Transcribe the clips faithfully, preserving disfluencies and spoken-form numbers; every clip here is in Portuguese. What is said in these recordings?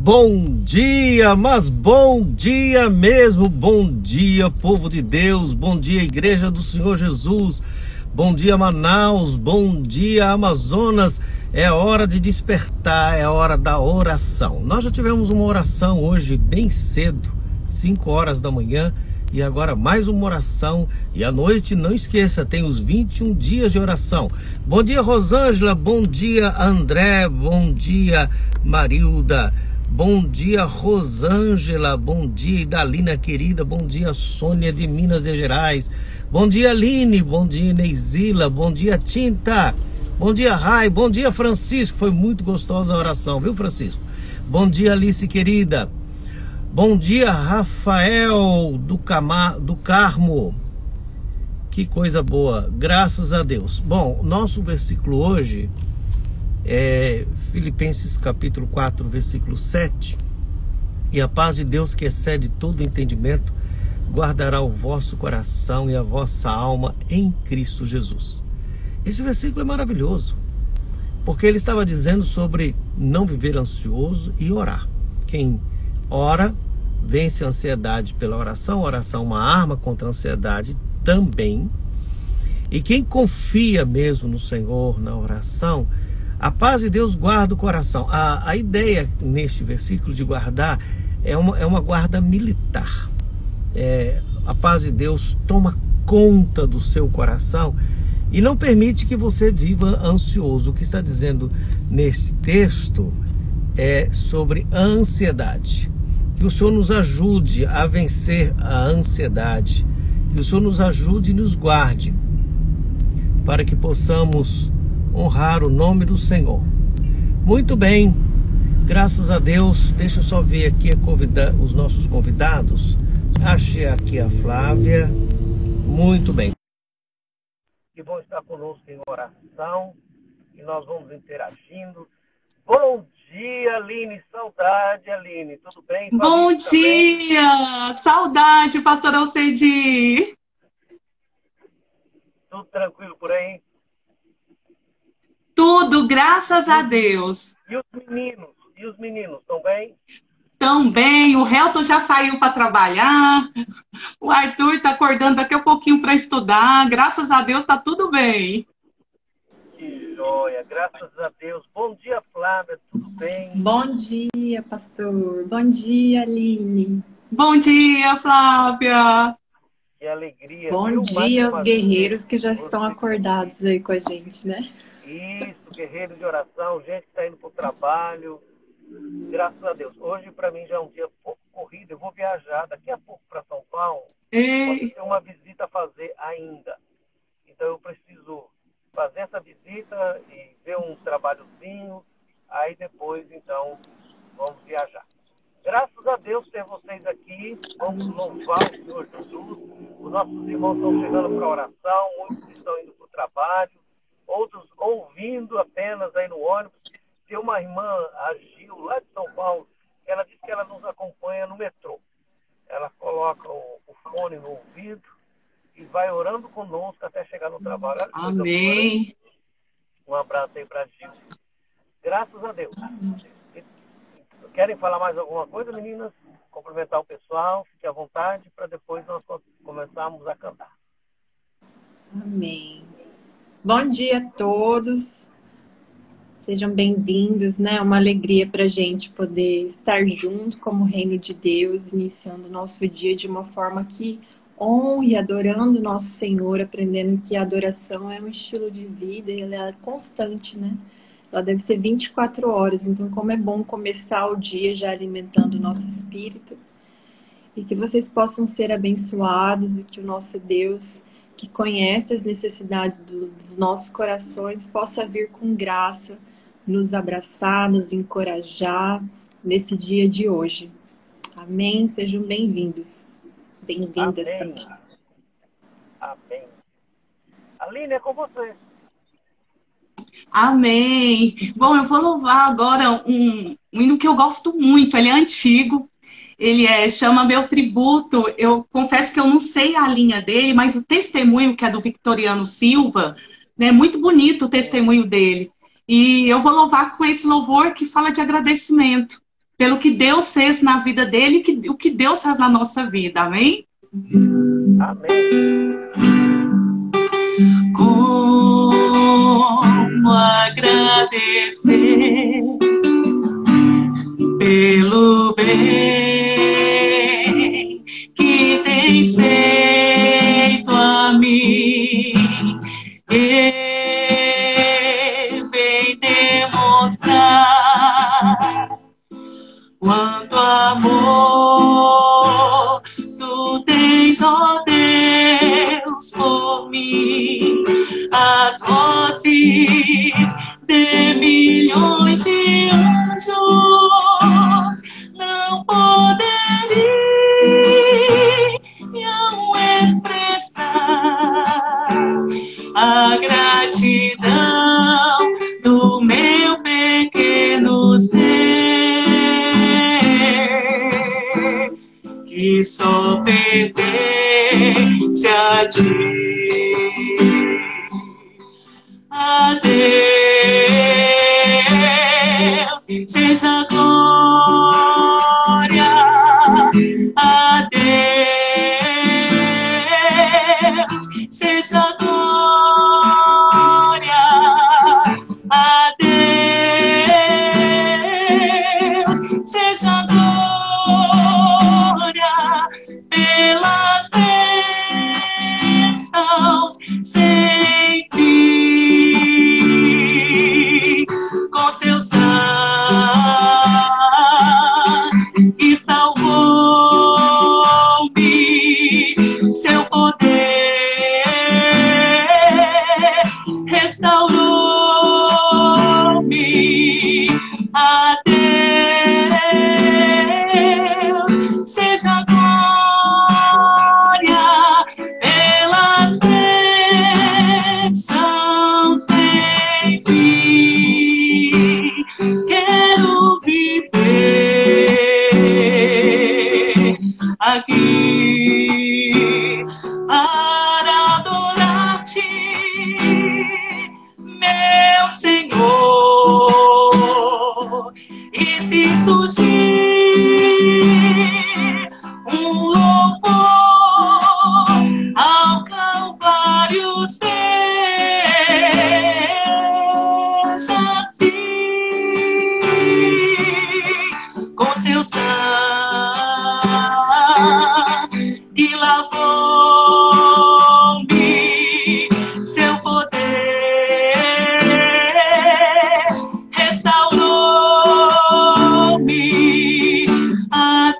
Bom dia, mas bom dia mesmo, bom dia, povo de Deus, bom dia, Igreja do Senhor Jesus, bom dia, Manaus, bom dia, Amazonas. É hora de despertar, é hora da oração. Nós já tivemos uma oração hoje bem cedo, cinco horas da manhã, e agora mais uma oração. E à noite, não esqueça, tem os vinte e um dias de oração. Bom dia, Rosângela, bom dia, André, bom dia, Marilda. Bom dia, Rosângela, bom dia, Idalina querida, bom dia, Sônia de Minas Gerais, bom dia, Aline, bom dia, Neizila, bom dia, Tinta, bom dia, Rai, bom dia, Francisco, foi muito gostosa a oração, viu, Francisco? Bom dia, Alice querida, bom dia, Rafael do, Cama, do Carmo, que coisa boa, graças a Deus. Bom, nosso versículo hoje é Filipenses capítulo quatro, versículo sete. E a paz de Deus, que excede todo entendimento, guardará o vosso coração e a vossa alma em Cristo Jesus. Esse versículo é maravilhoso, porque ele estava dizendo sobre não viver ansioso e orar. Quem ora vence a ansiedade pela oração. A oração é uma arma contra a ansiedade também. E quem confia mesmo no Senhor na oração, a paz de Deus guarda o coração. A, a ideia neste versículo de guardar é uma, é uma guarda militar. É, a paz de Deus toma conta do seu coração e não permite que você viva ansioso. O que está dizendo neste texto é sobre a ansiedade. Que o Senhor nos ajude a vencer a ansiedade. Que o Senhor nos ajude e nos guarde para que possamos honrar o nome do Senhor. Muito bem, graças a Deus. Deixa eu só ver aqui a convida- os nossos convidados. Achei aqui a Flávia. Muito bem. Que bom estar conosco em oração, e nós vamos interagindo. Bom dia, Aline, saudade, Aline, tudo bem? Bom dia, também? Saudade, pastor Alcedi. Tudo tranquilo por aí? Tudo, graças a Deus. E os meninos? E os meninos, estão bem? Estão bem, o Helton já saiu para trabalhar, o Arthur está acordando daqui a pouquinho para estudar, graças a Deus está tudo bem. Que joia, graças a Deus. Bom dia, Flávia, tudo bem? Bom dia, pastor. Bom dia, Aline. Bom dia, Flávia. Que alegria. Bom viu? dia aos guerreiros vez, que já estão acordados aí com a gente, né? Isso, guerreiros de oração, gente que está indo para o trabalho. Graças a Deus. Hoje, para mim, já é um dia pouco corrido. Eu vou viajar daqui a pouco para São Paulo. Ei. Posso ter uma visita a fazer ainda. Então, eu preciso fazer essa visita e ver um trabalhozinho. Aí, depois, então, vamos viajar. Graças a Deus ter vocês aqui. Vamos louvar o Senhor Jesus. Os nossos irmãos estão chegando para a oração. Muitos estão indo para o trabalho. Outros ouvindo apenas aí no ônibus. Tem uma irmã, a Gil, lá de São Paulo, ela disse que ela nos acompanha no metrô. Ela coloca o, o fone no ouvido e vai orando conosco até chegar no trabalho. Amém. Um abraço aí para a Gil. Graças a Deus. Querem falar mais alguma coisa, meninas? Cumprimentar o pessoal, fique à vontade, para depois nós começarmos a cantar. Amém. Bom dia a todos. Sejam bem-vindos, né? É uma alegria para a gente poder estar junto como Reino de Deus, iniciando o nosso dia de uma forma que honre, adorando o nosso Senhor, aprendendo que a adoração é um estilo de vida e ela é constante, né? Ela deve ser vinte e quatro horas, então como é bom começar o dia já alimentando o nosso espírito e que vocês possam ser abençoados e que o nosso Deus, que conhece as necessidades do, dos nossos corações, possa vir com graça, nos abraçar, nos encorajar nesse dia de hoje. Amém? Sejam bem-vindos. Bem-vindas Amém. também. Amém. Aline, é com você. Amém. Bom, eu vou louvar agora um, um hino que eu gosto muito. Ele é antigo. Ele é, chama Meu Tributo. Eu confesso que eu não sei a linha dele, mas o testemunho, que é do Victoriano Silva, né, é muito bonito o testemunho dele. E eu vou louvar com esse louvor que fala de agradecimento pelo que Deus fez na vida dele e que, o que Deus faz na nossa vida. Amém? Amém. Como agradecer pelo bem que tens feito a mim. E vem demonstrar quanto amor tu tens, ó Deus, por mim. As vozes de milhões de anjos não poderiam expressar a gratidão do meu pequeno ser, que só pertence a ti. A Deus seja glória, a Deus seja glória, a Deus seja glória pelas bênçãos sem fim, com seu sangue que salvou-me, seu poder restaurou-me. A Deus seja glória pelas bênçãos sem fim. Quero viver aqui para adorar-te, meu Senhor. E se surgir um louvor ao Calvário, seja assim, com seu sangue que lavou-me, seu poder restaurou-me. A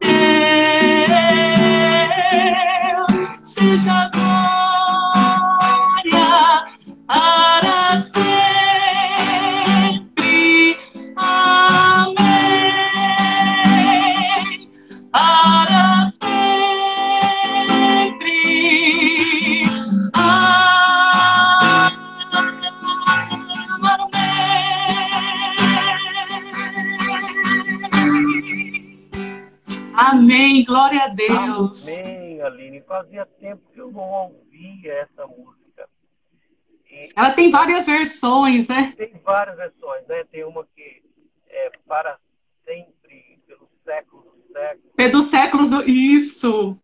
Deus seja glória para sempre. Amém. Para sempre. Amém. Amém. Glória a Deus. Amém, Aline. Fazia tempo que eu não ouvia essa música. E Ela tem várias versões, né? tem várias versões, né? Tem uma que é para sempre, pelo século dos séculos. É dos séculos do... Isso.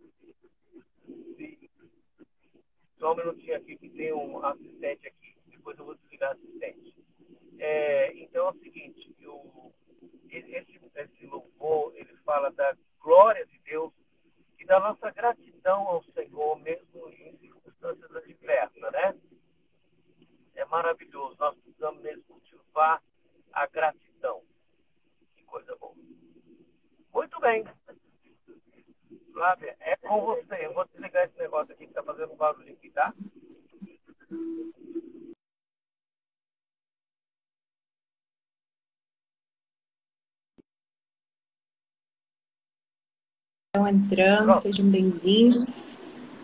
Só um minutinho aqui que tem um assistente aqui. Depois eu vou desligar o assistente. É, então é o seguinte, eu, esse, esse louvor, ele fala da glória de Deus e da nossa gratidão ao Senhor, mesmo em circunstâncias adversas, né? É maravilhoso. Nós precisamos mesmo cultivar a gratidão. Que coisa boa. Muito bem. Flávia, é com você. Eu vou desligar esse negócio aqui que está fazendo barulho aqui, tá? Estão entrando, Pronto. sejam bem-vindos.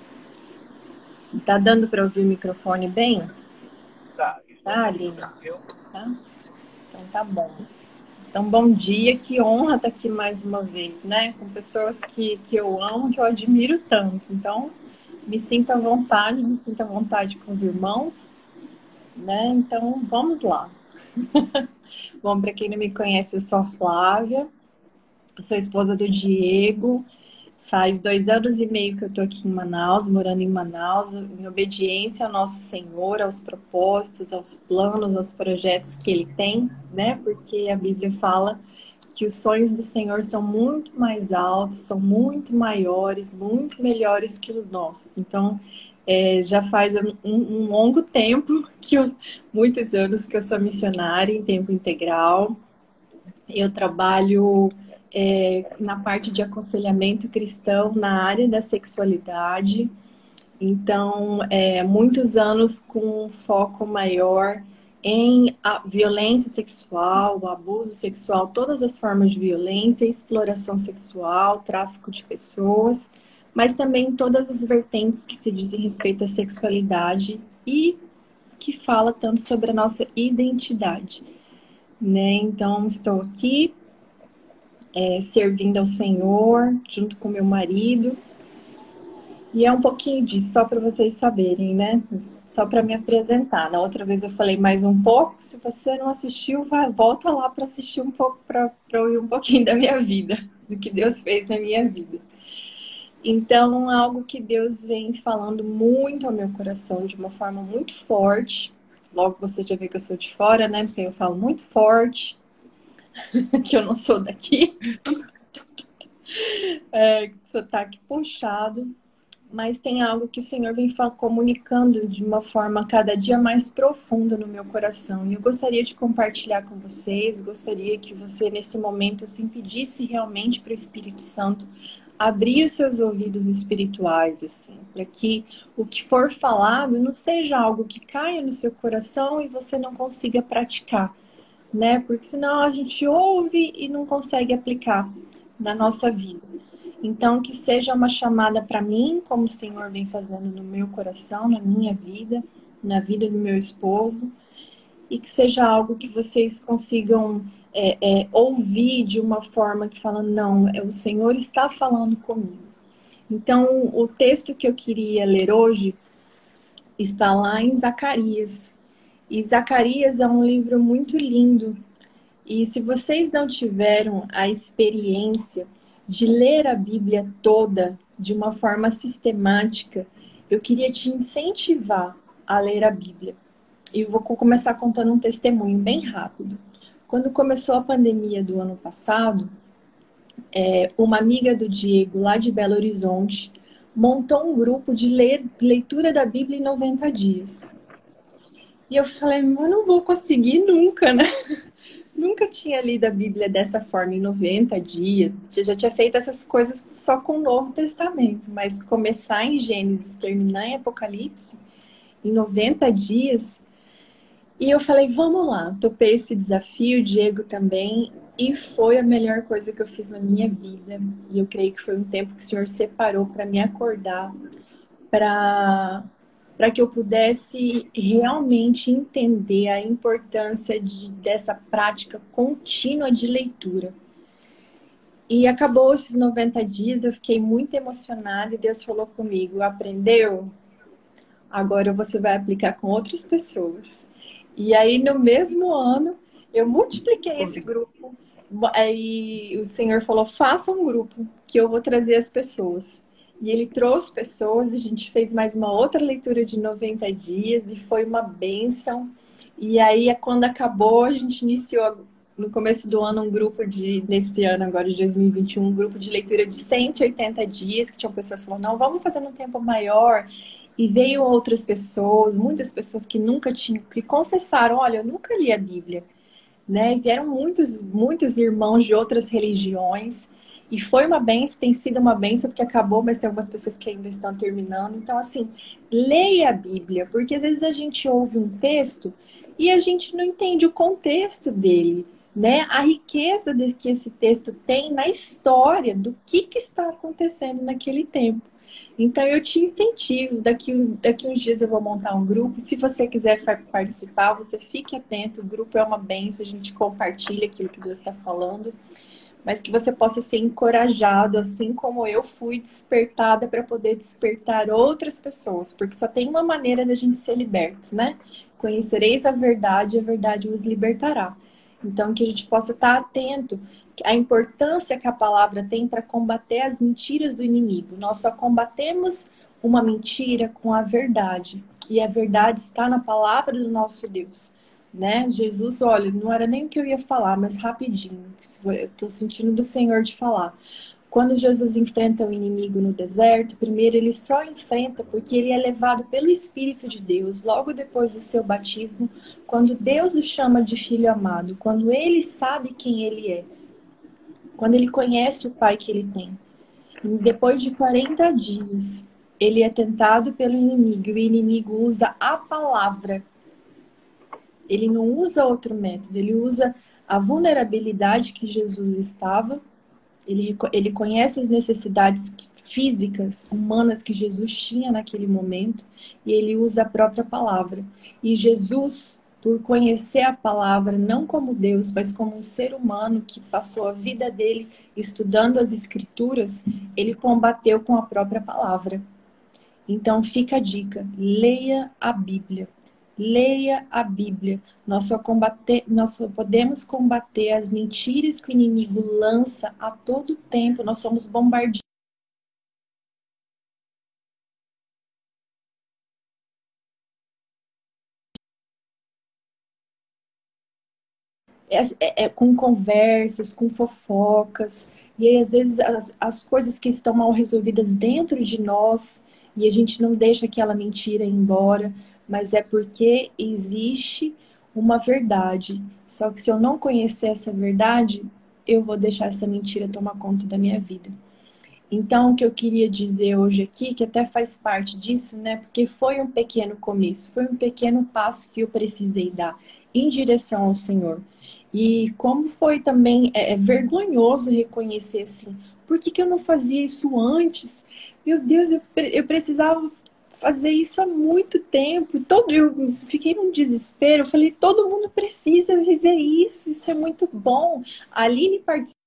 Tá dando para ouvir o microfone bem? Tá. Isso Tá, é Aline? eu- Tá? Então tá bom. Então, bom dia, que honra estar aqui mais uma vez, né? Com pessoas que, que eu amo, que eu admiro tanto. Então, me sinto à vontade, me sinto à vontade com os irmãos, né? Então, vamos lá. Bom, para quem não me conhece, eu sou a Flávia. Eu sou esposa do Diego. Faz dois anos e meio que eu estou aqui em Manaus, morando em Manaus, em obediência ao nosso Senhor, aos propósitos, aos planos, aos projetos que Ele tem, né? Porque a Bíblia fala que os sonhos do Senhor são muito mais altos, são muito maiores, muito melhores que os nossos. Então, é, já faz um, um longo tempo, que eu, muitos anos que eu sou missionária em tempo integral. Eu trabalho é, na parte de aconselhamento cristão na área da sexualidade. Então, é, muitos anos com um foco maior em a violência sexual, o abuso sexual, todas as formas de violência, exploração sexual, tráfico de pessoas, mas também todas as vertentes que se dizem respeito à sexualidade e que fala tanto sobre a nossa identidade, né? Então, estou aqui é, servindo ao Senhor, junto com meu marido. E é um pouquinho disso, só para vocês saberem, né? Só para me apresentar. Na outra vez eu falei mais um pouco. Se você não assistiu, vai, volta lá para assistir um pouco, para ouvir um pouquinho da minha vida, do que Deus fez na minha vida. Então, algo que Deus vem falando muito ao meu coração, de uma forma muito forte. Logo você já vê que eu sou de fora, né? Porque eu falo muito forte, que eu não sou daqui. É, sotaque puxado. Mas tem algo que o Senhor vem comunicando de uma forma cada dia mais profunda no meu coração. E eu gostaria de compartilhar com vocês, gostaria que você, nesse momento, assim, pedisse realmente para o Espírito Santo abrir os seus ouvidos espirituais, assim, para que o que for falado não seja algo que caia no seu coração e você não consiga praticar, né? Porque senão a gente ouve e não consegue aplicar na nossa vida. Então, que seja uma chamada para mim, como o Senhor vem fazendo no meu coração, na minha vida, na vida do meu esposo, e que seja algo que vocês consigam é, é, ouvir de uma forma que fala, não, é, o Senhor está falando comigo. Então, o texto que eu queria ler hoje está lá em Zacarias. E Zacarias é um livro muito lindo. E se vocês não tiveram a experiência de ler a Bíblia toda de uma forma sistemática, eu queria te incentivar a ler a Bíblia. E eu vou começar contando um testemunho bem rápido. Quando começou a pandemia do ano passado, é, uma amiga do Diego, lá de Belo Horizonte, montou um grupo de leitura da Bíblia em noventa dias. E eu falei, mas eu não vou conseguir nunca, né? Nunca tinha lido a Bíblia dessa forma, em noventa dias. Eu já tinha feito essas coisas só com o Novo Testamento. Mas começar em Gênesis, terminar em Apocalipse, em noventa dias. E eu falei, vamos lá. Topei esse desafio, o Diego também. E foi a melhor coisa que eu fiz na minha vida. E eu creio que foi um tempo que o Senhor separou para me acordar. Para... para que eu pudesse realmente entender a importância de, dessa prática contínua de leitura. E acabou esses noventa dias, eu fiquei muito emocionada e Deus falou comigo, aprendeu? Agora você vai aplicar com outras pessoas. E aí, no mesmo ano, eu multipliquei esse grupo. Aí o Senhor falou, faça um grupo, que eu vou trazer as pessoas. E ele trouxe pessoas, a gente fez mais uma outra leitura de noventa dias e foi uma bênção. E aí, quando acabou, a gente iniciou no começo do ano um grupo de, nesse ano agora de dois mil e vinte e um, um grupo de leitura de cento e oitenta dias, que tinham pessoas que falaram, não, vamos fazer num tempo maior. E veio outras pessoas, muitas pessoas que nunca tinham, que confessaram, olha, eu nunca li a Bíblia, né? Vieram muitos, muitos irmãos de outras religiões. E foi uma bênção, tem sido uma bênção, porque acabou, mas tem algumas pessoas que ainda estão terminando. Então, assim, leia a Bíblia, porque às vezes a gente ouve um texto e a gente não entende o contexto dele, né? A riqueza de que esse texto tem na história do que, que está acontecendo naquele tempo. Então, eu te incentivo, daqui, daqui uns dias eu vou montar um grupo. Se você quiser participar, você fique atento, o grupo é uma bênção, a gente compartilha aquilo que Deus está falando. Mas que você possa ser encorajado, assim como eu fui despertada para poder despertar outras pessoas. Porque só tem uma maneira da gente ser liberto, né? Conhecereis a verdade e a verdade vos libertará. Então, que a gente possa estar atento a importância que a palavra tem para combater as mentiras do inimigo. Nós só combatemos uma mentira com a verdade. E a verdade está na palavra do nosso Deus. Né? Jesus, olha, não era nem o que eu ia falar, mas rapidinho. Eu estou sentindo do Senhor de falar. Quando Jesus enfrenta o inimigo no deserto, primeiro ele só enfrenta porque ele é levado pelo Espírito de Deus, logo depois do seu batismo, quando Deus o chama de filho amado, quando ele sabe quem ele é, quando ele conhece o Pai que ele tem. E depois de quarenta dias, ele é tentado pelo inimigo, e o inimigo usa a palavra. Ele não usa outro método, ele usa a vulnerabilidade que Jesus estava. Ele, ele conhece as necessidades físicas, humanas que Jesus tinha naquele momento, e ele usa a própria palavra. E Jesus, por conhecer a palavra, não como Deus, mas como um ser humano que passou a vida dele estudando as Escrituras, ele combateu com a própria palavra. Então fica a dica, leia a Bíblia. Leia a Bíblia. Nós só, combater, nós só podemos combater as mentiras que o inimigo lança a todo tempo. Nós somos bombardeados. É, é, é, com conversas, com fofocas. E aí, às vezes, as, as coisas que estão mal resolvidas dentro de nós, e a gente não deixa aquela mentira ir embora, mas é porque existe uma verdade. Só que se eu não conhecer essa verdade, eu vou deixar essa mentira tomar conta da minha vida. Então, o que eu queria dizer hoje aqui, que até faz parte disso, né? Porque foi um pequeno começo, foi um pequeno passo que eu precisei dar em direção ao Senhor. E como foi também é, é vergonhoso reconhecer assim, por que, que eu não fazia isso antes? Meu Deus, eu, eu precisava fazer isso há muito tempo. Todo, eu fiquei num desespero, eu falei, todo mundo precisa viver isso, isso é muito bom. A Aline participou.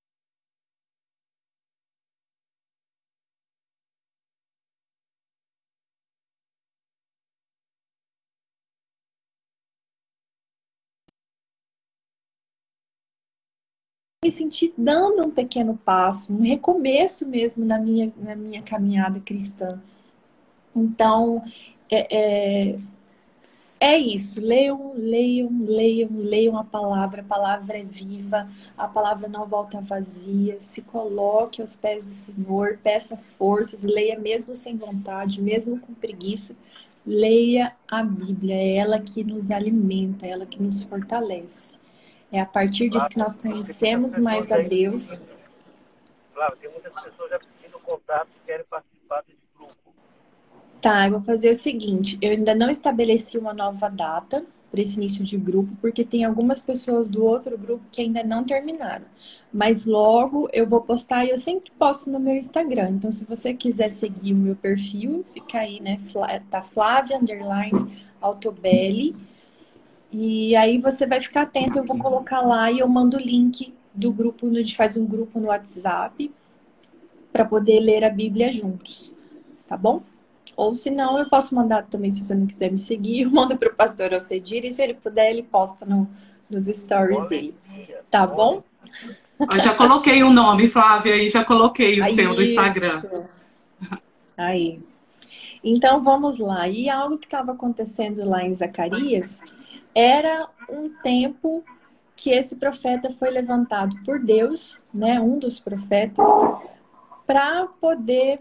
Me senti dando um pequeno passo, um recomeço mesmo na minha, na minha caminhada cristã. Então, é, é, é isso. Leiam, leiam, leiam, leiam a palavra. A palavra é viva, a palavra não volta vazia. Se coloque aos pés do Senhor, peça forças, leia mesmo sem vontade, mesmo com preguiça. Leia a Bíblia, é ela que nos alimenta, é ela que nos fortalece. É a partir disso que nós conhecemos mais a Deus. Claro, tem muitas pessoas já pedindo contato que querem participar desse grupo. Tá, eu vou fazer o seguinte, eu ainda não estabeleci uma nova data para esse início de grupo, porque tem algumas pessoas do outro grupo que ainda não terminaram. Mas logo eu vou postar, e eu sempre posto no meu Instagram. Então, se você quiser seguir o meu perfil, fica aí, né? Tá Flávia, underline, Altobelli. E aí você vai ficar atento, eu vou colocar lá e eu mando o link do grupo, a gente faz um grupo no WhatsApp para poder ler a Bíblia juntos, tá bom? Ou se não, eu posso mandar também, se você não quiser me seguir, eu mando para o pastor Alcedir e se ele puder, ele posta no, nos stories dele, tá bom? Eu já coloquei o nome, Flávia, e já coloquei o Aí, seu do Instagram. Aí. Então, vamos lá. E algo que estava acontecendo lá em Zacarias era um tempo que esse profeta foi levantado por Deus, né, um dos profetas, para poder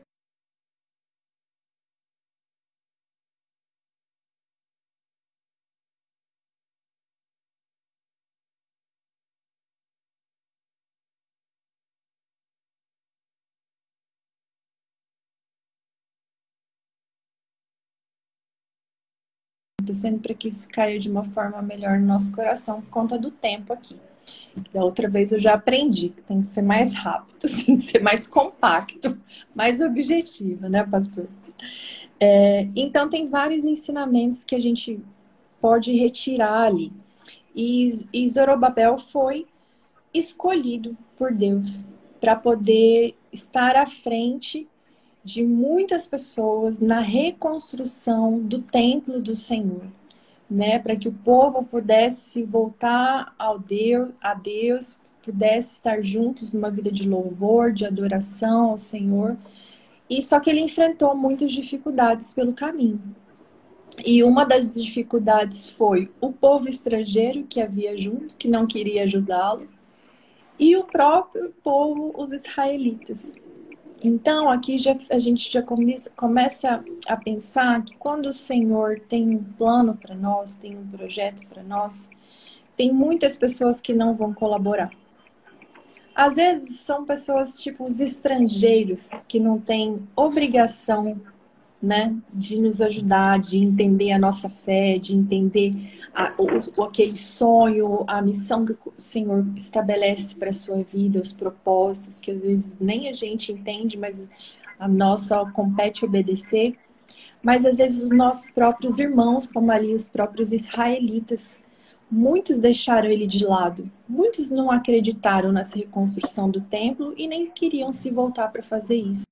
acontecendo para que isso caia de uma forma melhor no nosso coração por conta do tempo aqui. Da outra vez eu já aprendi que tem que ser mais rápido, tem que ser mais compacto, mais objetivo, né, pastor? É, então tem vários ensinamentos que a gente pode retirar ali. E, e Zorobabel foi escolhido por Deus para poder estar à frente de muitas pessoas na reconstrução do templo do Senhor, né? Para que o povo pudesse voltar ao Deus, a Deus, pudesse estar juntos numa vida de louvor, de adoração ao Senhor. E só que ele enfrentou muitas dificuldades pelo caminho. E uma das dificuldades foi o povo estrangeiro que havia junto, que não queria ajudá-lo, e o próprio povo, os israelitas. Então, aqui já, a gente já come, começa a pensar que quando o Senhor tem um plano para nós, tem um projeto para nós, tem muitas pessoas que não vão colaborar. Às vezes são pessoas tipo os estrangeiros, que não têm obrigação, né, de nos ajudar, de entender a nossa fé, de entender a, o, aquele sonho, a missão que o Senhor estabelece para a sua vida, os propósitos, que às vezes nem a gente entende, mas a nossa compete obedecer. Mas às vezes os nossos próprios irmãos, como ali os próprios israelitas, muitos deixaram ele de lado. Muitos não acreditaram nessa reconstrução do templo e nem queriam se voltar para fazer isso.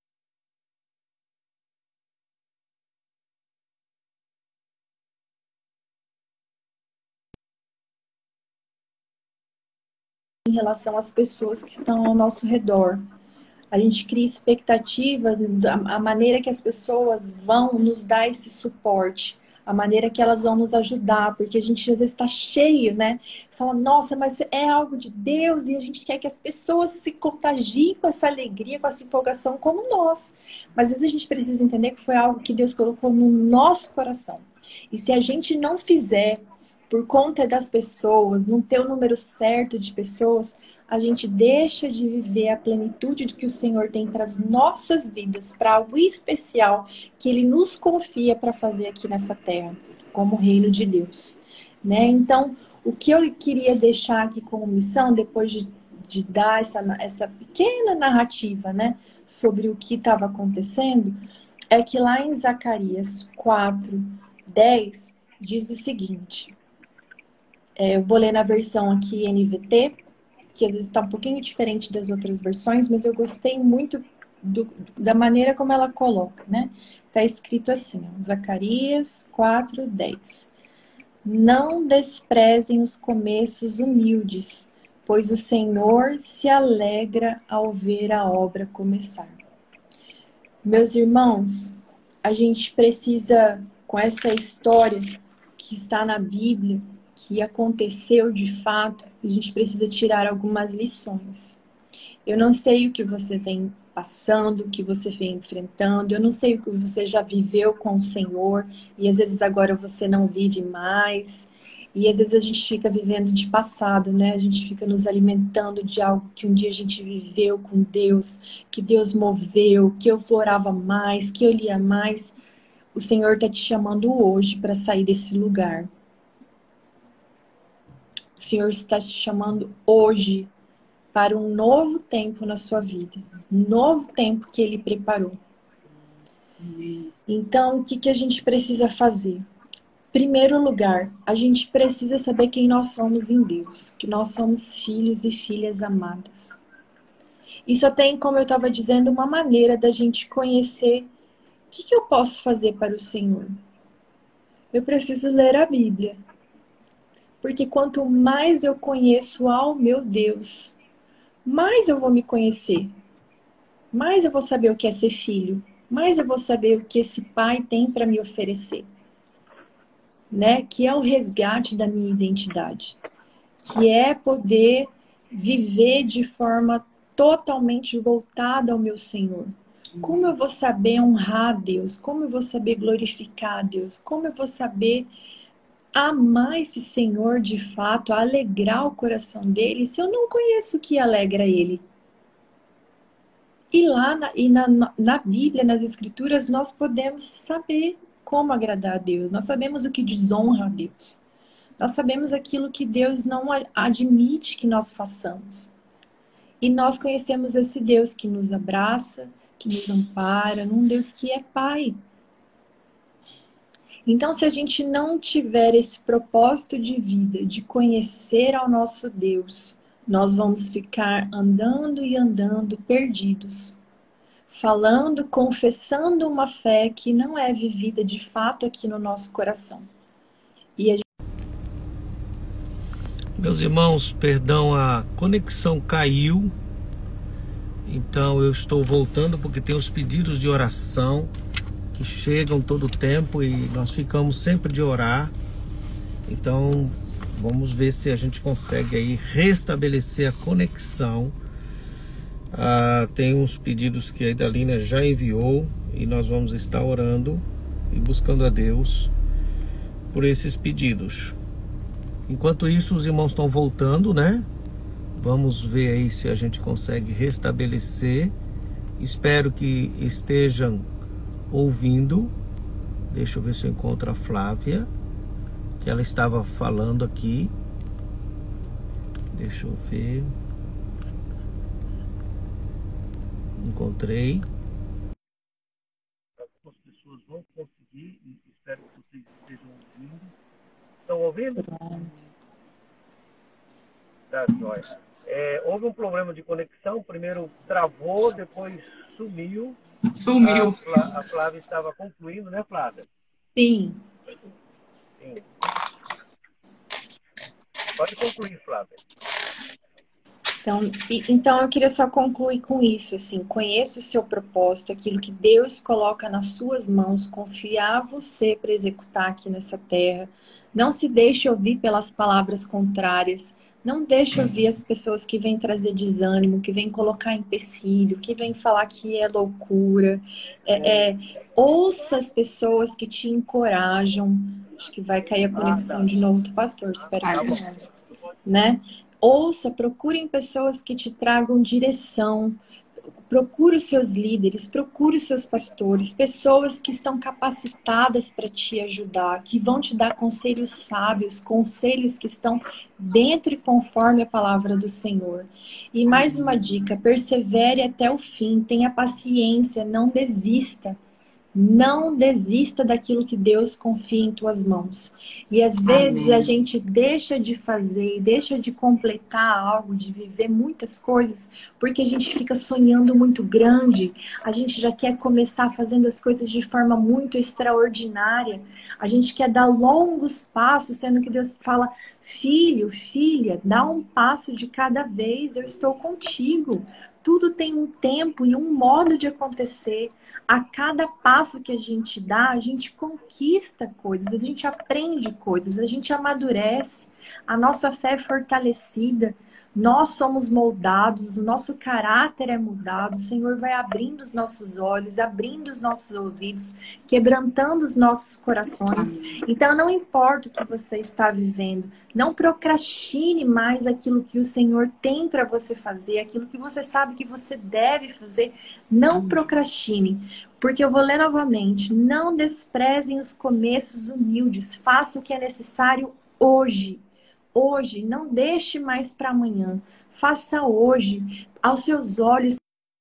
Em relação às pessoas que estão ao nosso redor. A gente cria expectativas da a maneira que as pessoas vão nos dar esse suporte, a maneira que elas vão nos ajudar, porque a gente às vezes está cheio, né? Fala, nossa, mas é algo de Deus e a gente quer que as pessoas se contagiem com essa alegria, com essa empolgação como nós. Mas às vezes a gente precisa entender que foi algo que Deus colocou no nosso coração. E se a gente não fizer, por conta das pessoas, não ter o número certo de pessoas, a gente deixa de viver a plenitude do que o Senhor tem para as nossas vidas, para algo especial que Ele nos confia para fazer aqui nessa terra, como reino de Deus. Né? Então, o que eu queria deixar aqui como missão, depois de, de dar essa, essa pequena narrativa, né, sobre o que estava acontecendo, é que lá em Zacarias quatro, dez, diz o seguinte... É, eu vou ler na versão aqui N V T, que às vezes está um pouquinho diferente das outras versões, mas eu gostei muito do, da maneira como ela coloca, né? Está escrito assim, ó, Zacarias quatro, dez. Não desprezem os começos humildes, pois o Senhor se alegra ao ver a obra começar. Meus irmãos, a gente precisa, com essa história que está na Bíblia, que aconteceu de fato, a gente precisa tirar algumas lições. Eu não sei o que você vem passando, o que você vem enfrentando, eu não sei o que você já viveu com o Senhor, e às vezes agora você não vive mais, e às vezes a gente fica vivendo de passado, né? A gente fica nos alimentando de algo que um dia a gente viveu com Deus, que Deus moveu, que eu orava mais, que eu lia mais. O Senhor está te chamando hoje para sair desse lugar. O Senhor está te chamando hoje para um novo tempo na sua vida. Um novo tempo que Ele preparou. Então, o que, que a gente precisa fazer? Primeiro lugar, a gente precisa saber quem nós somos em Deus. Que nós somos filhos e filhas amadas. E só tem, como eu estava dizendo, uma maneira da gente conhecer o que, que eu posso fazer para o Senhor. Eu preciso ler a Bíblia. Porque quanto mais eu conheço ao meu Deus, mais eu vou me conhecer. Mais eu vou saber o que é ser filho. Mais eu vou saber o que esse pai tem para me oferecer. Né? Que é o resgate da minha identidade. Que é poder viver de forma totalmente voltada ao meu Senhor. Como eu vou saber honrar a Deus? Como eu vou saber glorificar a Deus? Como eu vou saber amar esse Senhor de fato, alegrar o coração dele, se eu não conheço o que alegra ele? E lá na, e na, na Bíblia, nas Escrituras, nós podemos saber como agradar a Deus. Nós sabemos o que desonra a Deus. Nós sabemos aquilo que Deus não admite que nós façamos. E nós conhecemos esse Deus que nos abraça, que nos ampara, um Deus que é Pai. Então, se a gente não tiver esse propósito de vida, de conhecer ao nosso Deus, nós vamos ficar andando e andando perdidos, falando, confessando uma fé que não é vivida de fato aqui no nosso coração. E a gente... Meus irmãos, perdão, a conexão caiu. Então eu estou voltando porque tem os pedidos de oração que chegam todo o tempo e nós ficamos sempre de orar. Então vamos ver se a gente consegue aí restabelecer a conexão. Ah, tem uns pedidos que a Idalina já enviou e nós vamos estar orando e buscando a Deus por esses pedidos. Enquanto isso, os irmãos estão voltando, né? Vamos ver aí se a gente consegue restabelecer. Espero que estejam ouvindo. Deixa eu ver se eu encontro a Flávia, que ela estava falando aqui. Deixa eu ver. Encontrei. Algumas pessoas vão conseguir, espero que vocês estejam ouvindo. Estão ouvindo? Tá, jóia. É, houve um problema de conexão, primeiro travou, depois sumiu. Sumiu. A, Flá, a Flávia estava concluindo, né, Flávia? Sim. Sim. Pode concluir, Flávia. Então, e, então eu queria só concluir com isso, assim, conheça o seu propósito, aquilo que Deus coloca nas suas mãos, confiar você para executar aqui nessa terra. Não se deixe ouvir pelas palavras contrárias. Não deixe ouvir as pessoas que vêm trazer desânimo, que vêm colocar empecilho, que vêm falar que é loucura. É, é, ouça as pessoas que te encorajam. Acho que vai cair a conexão de novo do pastor, espero que não. Né? Ouça, procurem pessoas que te tragam direção. Procure os seus líderes, procure os seus pastores, pessoas que estão capacitadas para te ajudar, que vão te dar conselhos sábios, conselhos que estão dentro e conforme a palavra do Senhor. E mais uma dica, persevere até o fim, tenha paciência, não desista. Não desista daquilo que Deus confia em tuas mãos. E às vezes Amém. A gente deixa de fazer, deixa de completar algo, de viver muitas coisas, porque a gente fica sonhando muito grande. A gente já quer começar fazendo as coisas de forma muito extraordinária. A gente quer dar longos passos, sendo que Deus fala: filho, filha, dá um passo de cada vez, eu estou contigo. Tudo tem um tempo e um modo de acontecer. A cada passo que a gente dá, a gente conquista coisas, a gente aprende coisas, a gente amadurece, a nossa fé é fortalecida, nós somos moldados, o nosso caráter é mudado, o Senhor vai abrindo os nossos olhos, abrindo os nossos ouvidos, quebrantando os nossos corações. Então não importa o que você está vivendo, não procrastine mais aquilo que o Senhor tem para você fazer, aquilo que você sabe que você deve fazer, não procrastine. Porque eu vou ler novamente, não desprezem os começos humildes, faça o que é necessário hoje. Hoje, não deixe mais para amanhã. Faça hoje, aos seus olhos.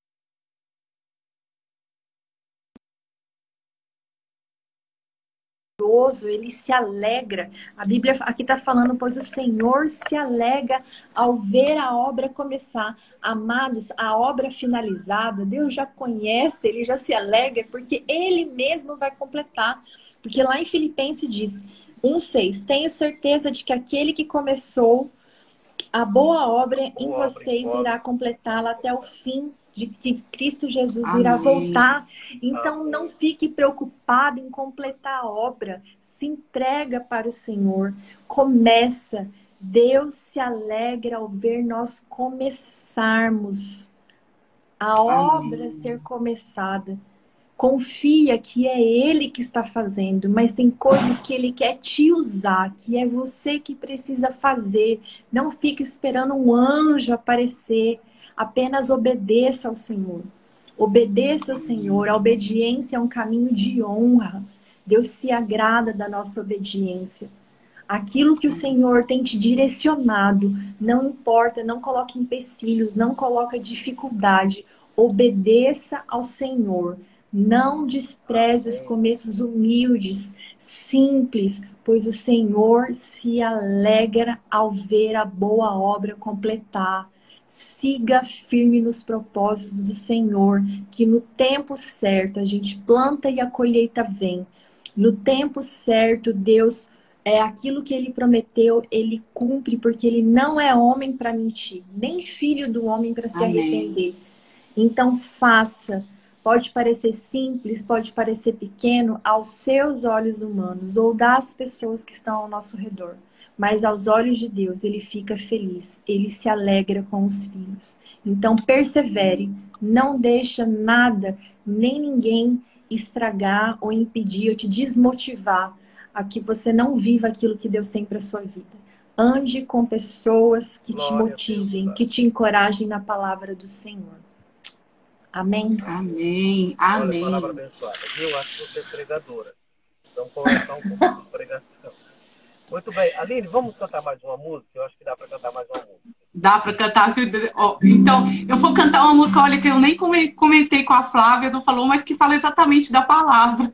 Ele se alegra. A Bíblia aqui está falando, pois o Senhor se alegra ao ver a obra começar. Amados, a obra finalizada, Deus já conhece, Ele já se alegra, porque Ele mesmo vai completar. Porque lá em Filipenses diz, um seis, tenho certeza de que aquele que começou a boa obra em boa vocês obra, irá completá-la até o fim, de que Cristo Jesus Amém. Irá voltar. Então Amém. Não fique preocupado em completar a obra. Se entrega para o Senhor. Começa. Deus se alegra ao ver nós começarmos. A obra Amém. Ser começada. Confia que é Ele que está fazendo, mas tem coisas que Ele quer te usar, que é você que precisa fazer. Não fique esperando um anjo aparecer. Apenas obedeça ao Senhor. Obedeça ao Senhor. A obediência é um caminho de honra. Deus se agrada da nossa obediência. Aquilo que o Senhor tem te direcionado, não importa, não coloque empecilhos, não coloque dificuldade. Obedeça ao Senhor. Não despreze os começos humildes, simples, pois o Senhor se alegra ao ver a boa obra completar. Siga firme nos propósitos do Senhor, que no tempo certo a gente planta e a colheita vem. No tempo certo, Deus É aquilo que ele prometeu, ele cumpre, porque ele não é homem para mentir, nem filho do homem para se Amém. arrepender. Então faça. Pode parecer simples, pode parecer pequeno aos seus olhos humanos ou das pessoas que estão ao nosso redor. Mas aos olhos de Deus, ele fica feliz, ele se alegra com os filhos. Então persevere, não deixa nada, nem ninguém estragar ou impedir ou te desmotivar a que você não viva aquilo que Deus tem para sua vida. Ande com pessoas que te Glória a Deus, motivem, Pai. que te encorajem na palavra do Senhor. Amém? Amém. Olha a palavra Amém. abençoada. Eu acho que você é pregadora. Vamos conversar um pouco sobre pregação. Muito bem. Aline, vamos cantar mais uma música? Eu acho que dá para cantar mais uma música. Dá para cantar. Ó, então, eu vou cantar uma música, olha, que eu nem comentei com a Flávia, não falou, mas que fala exatamente da palavra.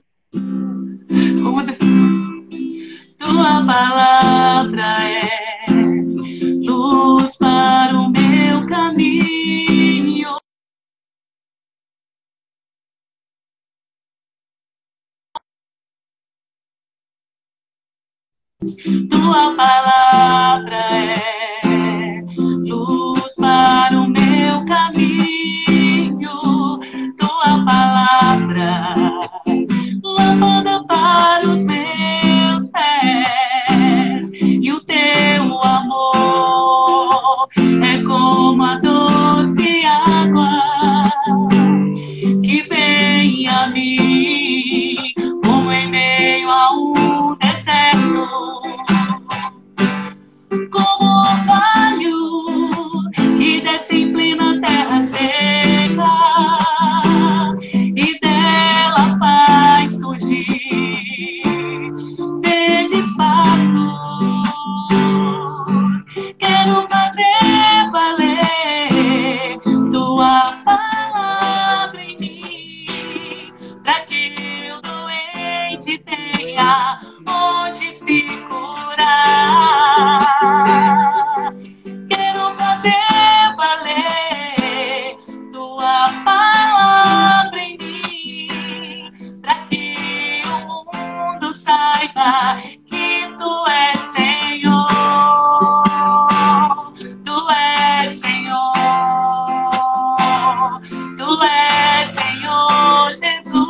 Tua palavra é luz para o meu caminho. Tua palavra é luz para o meu caminho. Tua palavra, lâmpada para os meus pés. E o teu amor é como a doce água que vem a mim, como em meio a um deserto, como o orvalho que desce em plena terra seca e dela faz surgir verdes pastos. Quero fazer valer tua palavra em mim, para que o doente tenha onde se curar. Quero fazer valer tua palavra em mim, para que o mundo saiba que tu és Senhor. Tu és Senhor. Tu és Senhor Jesus.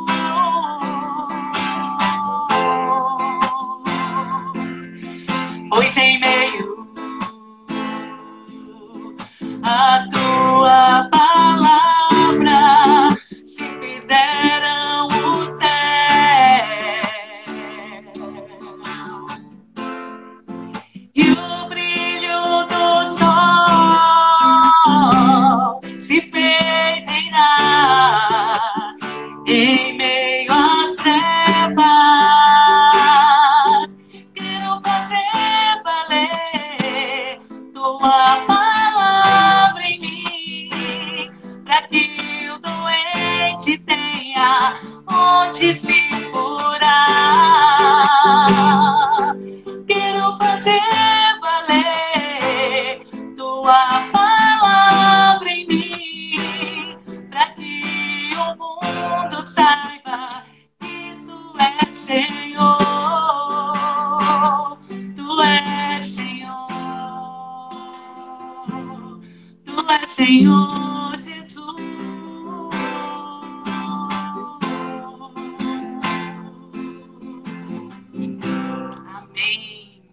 Pois em meio a tua palavra se fizeram os céus e o brilho do sol se fez reinar em meio às trevas. Quero fazer valer tua palavra em mim, para que o doente tenha onde se curar. Quero fazer valer tua palavra em mim, para que o mundo saiba que tu és Senhor. Tu és Senhor. Tu és Senhor Jesus. Amém.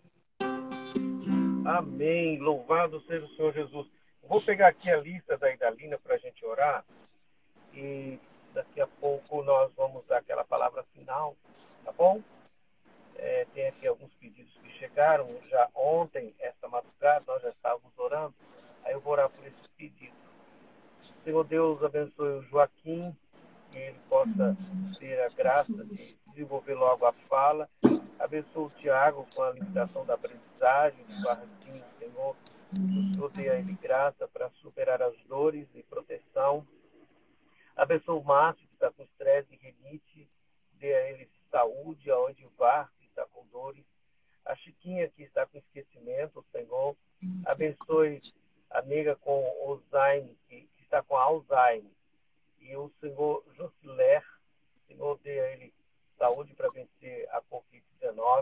Amém. Louvado seja o Senhor Jesus. Vou pegar aqui a lista da Idalina para a gente orar. E daqui a pouco nós vamos dar aquela palavra final. Tá bom? É, tem aqui alguns pedidos que chegaram já ontem, esta madrugada, nós já estávamos orando. Aí eu vou orar por esses pedidos. Senhor Deus, abençoe o Joaquim, que ele possa ter a graça de desenvolver logo a fala. Abençoe o Tiago com a limitação da aprendizagem, do barraquinho, Senhor. O Senhor dê a ele graça para superar as dores e proteção. Abençoe o Márcio, que está com estresse e rinite. Dê a ele saúde aonde vá, que está com dores. A Chiquinha, que está com esquecimento, Senhor. Abençoe a amiga com Alzheimer, que, que está com Alzheimer. E o Senhor Josiler, Senhor, dê a ele saúde para vencer a covid dezenove.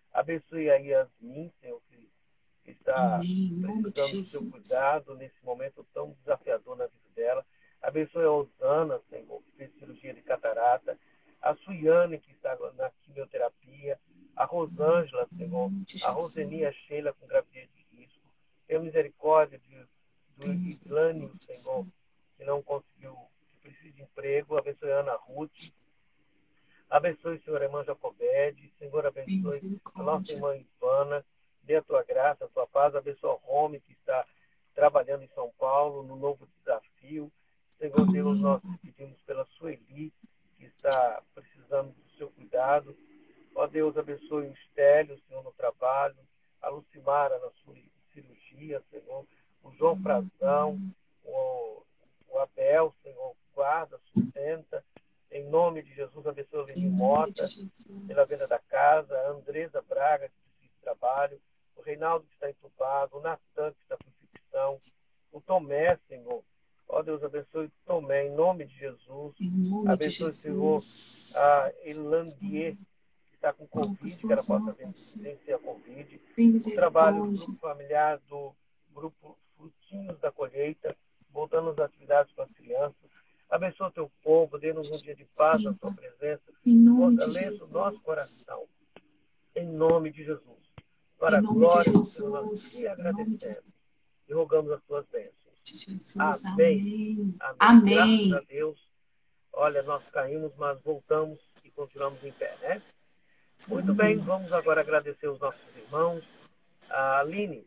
Abençoe a Yasmin, Senhor, que está Amém. Em nome de precisando do seu Jesus. cuidado nesse momento tão desafiador na vida dela. Abençoe a Osana, Senhor, que fez cirurgia de catarata. A Suiane, que está na quimioterapia. A Rosângela, Em Senhor. nome de A Jesus. Roseni e a Sheila com gravidez de risco. Tenha misericórdia de, do Tenha Islânio, misericórdia, Senhor, Senhor. que não conseguiu, que precisa de emprego. Abençoe a Ana Ruth. Abençoe, Senhor, a irmã Jacobede. Senhor, Tenha abençoe a nossa misericórdia. irmã Ivana. Dê a tua graça, a tua paz. Abençoe o Rome, que está trabalhando em São Paulo, no novo desafio. Senhor Deus, Amém. nós pedimos pela Sueli, que está precisando do seu cuidado. Ó Deus, abençoe o Estélio, Senhor, no trabalho. A Lucimara na sua cirurgia, Senhor. O João Frazão, o, o Abel, Senhor, guarda, sustenta. Em nome de Jesus, abençoe o Leni Em nome de Mota, pela venda Jesus. da casa. A Andresa Braga, que precisa de trabalho. O Reinaldo, que está entubado. O Natan, que está com infecção. O Tomé, Senhor. Ó Deus, abençoe o Tomé, em nome de Jesus. Em nome de Abençoe, Senhor, Jesus. a Elandier, que está com Coloca Covid, as que ela tuas possa mãos, Senhor. vencer a Covid. Tem O trabalho do misericórdia. grupo familiar, do grupo Frutinhos da Colheita, voltando às atividades com as crianças. Abençoa o teu povo, dê-nos um dia de paz na Sim, sua Pai. presença. Em nome de Fortaleça o nosso Jesus. coração, em nome de Jesus. Para Em a nome de glória do Senhor, nós Jesus. te Em nome de agradecemos e rogamos as tuas bênçãos. Jesus. Amém. Amém. Amém. Amém. Graças a Deus. Olha, nós caímos, mas voltamos e continuamos em pé, né? Muito bem, vamos agora agradecer os nossos irmãos. A Aline.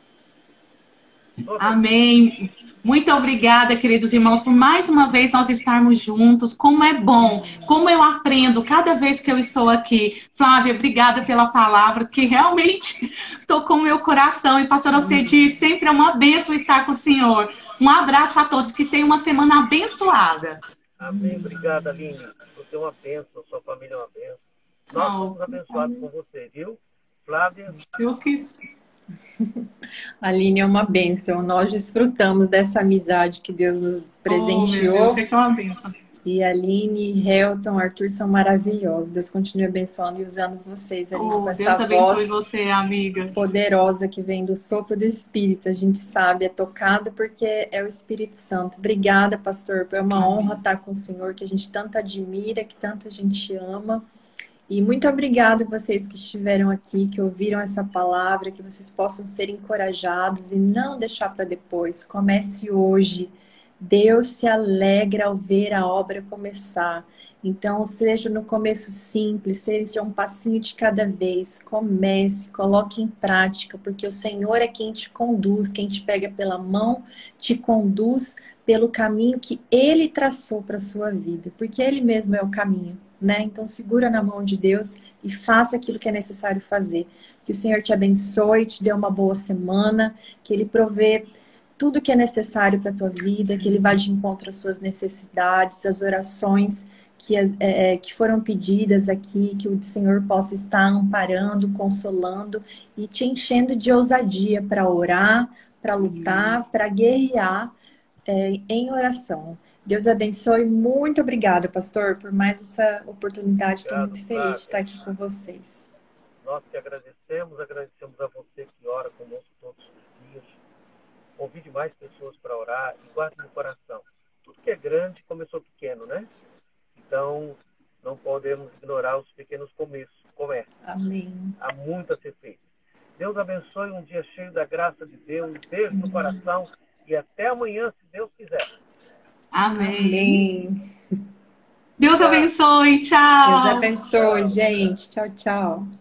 Amém. Muito obrigada, queridos irmãos, por mais uma vez nós estarmos juntos. Como é bom, como eu aprendo cada vez que eu estou aqui. Flávia, obrigada pela palavra, que realmente tocou o meu coração. E, pastora Cedi, sempre é uma bênção estar com o Senhor. Um abraço a todos, que tenham uma semana abençoada. Amém. Obrigada, Aline. Você é uma bênção, sua família é uma bênção. Nós Oh, somos abençoados com você, viu? Flávia. eu quis. Aline é uma bênção. Nós desfrutamos dessa amizade que Deus nos Oh, meu presenteou. Deus, sei que é uma bênção. E a Aline, Helton, Arthur são maravilhosos. Deus continue abençoando e usando vocês, Aline, com Oh, essa Deus abençoe voz você, amiga. poderosa que vem do sopro do Espírito. A gente sabe, é tocado porque é o Espírito Santo. Obrigada, pastor. É uma honra estar com o Senhor, que a gente tanto admira, que tanta gente ama. E muito obrigada a vocês que estiveram aqui, que ouviram essa palavra, que vocês possam ser encorajados e não deixar para depois. Comece hoje. Deus se alegra ao ver a obra começar. Então, seja no começo simples, seja um passinho de cada vez. Comece, coloque em prática, porque o Senhor é quem te conduz, quem te pega pela mão, te conduz pelo caminho que Ele traçou para a sua vida, porque Ele mesmo é o caminho. Né? Então segura na mão de Deus e faça aquilo que é necessário fazer. Que o Senhor te abençoe, te dê uma boa semana, que Ele provê tudo que é necessário para a tua vida, que Ele vá de encontro às suas necessidades, às orações que, é, que foram pedidas aqui, que o Senhor possa estar amparando, consolando e te enchendo de ousadia para orar, para lutar, para guerrear é, em oração. Deus abençoe. Muito obrigada, pastor, por mais essa oportunidade. Estou muito feliz de estar aqui com vocês. Nós que agradecemos, agradecemos a você que ora conosco todos os dias. Convide mais pessoas para orar e guarde no coração. Tudo que é grande começou pequeno, né? Então, não podemos ignorar os pequenos começos, comércios. Amém. Há muito a ser feito. Deus abençoe, um dia cheio da graça de Deus. Beijo no coração e até amanhã, se Deus quiser. Amém. Amém. Deus abençoe. Tchau. Deus abençoe, gente. Tchau, tchau.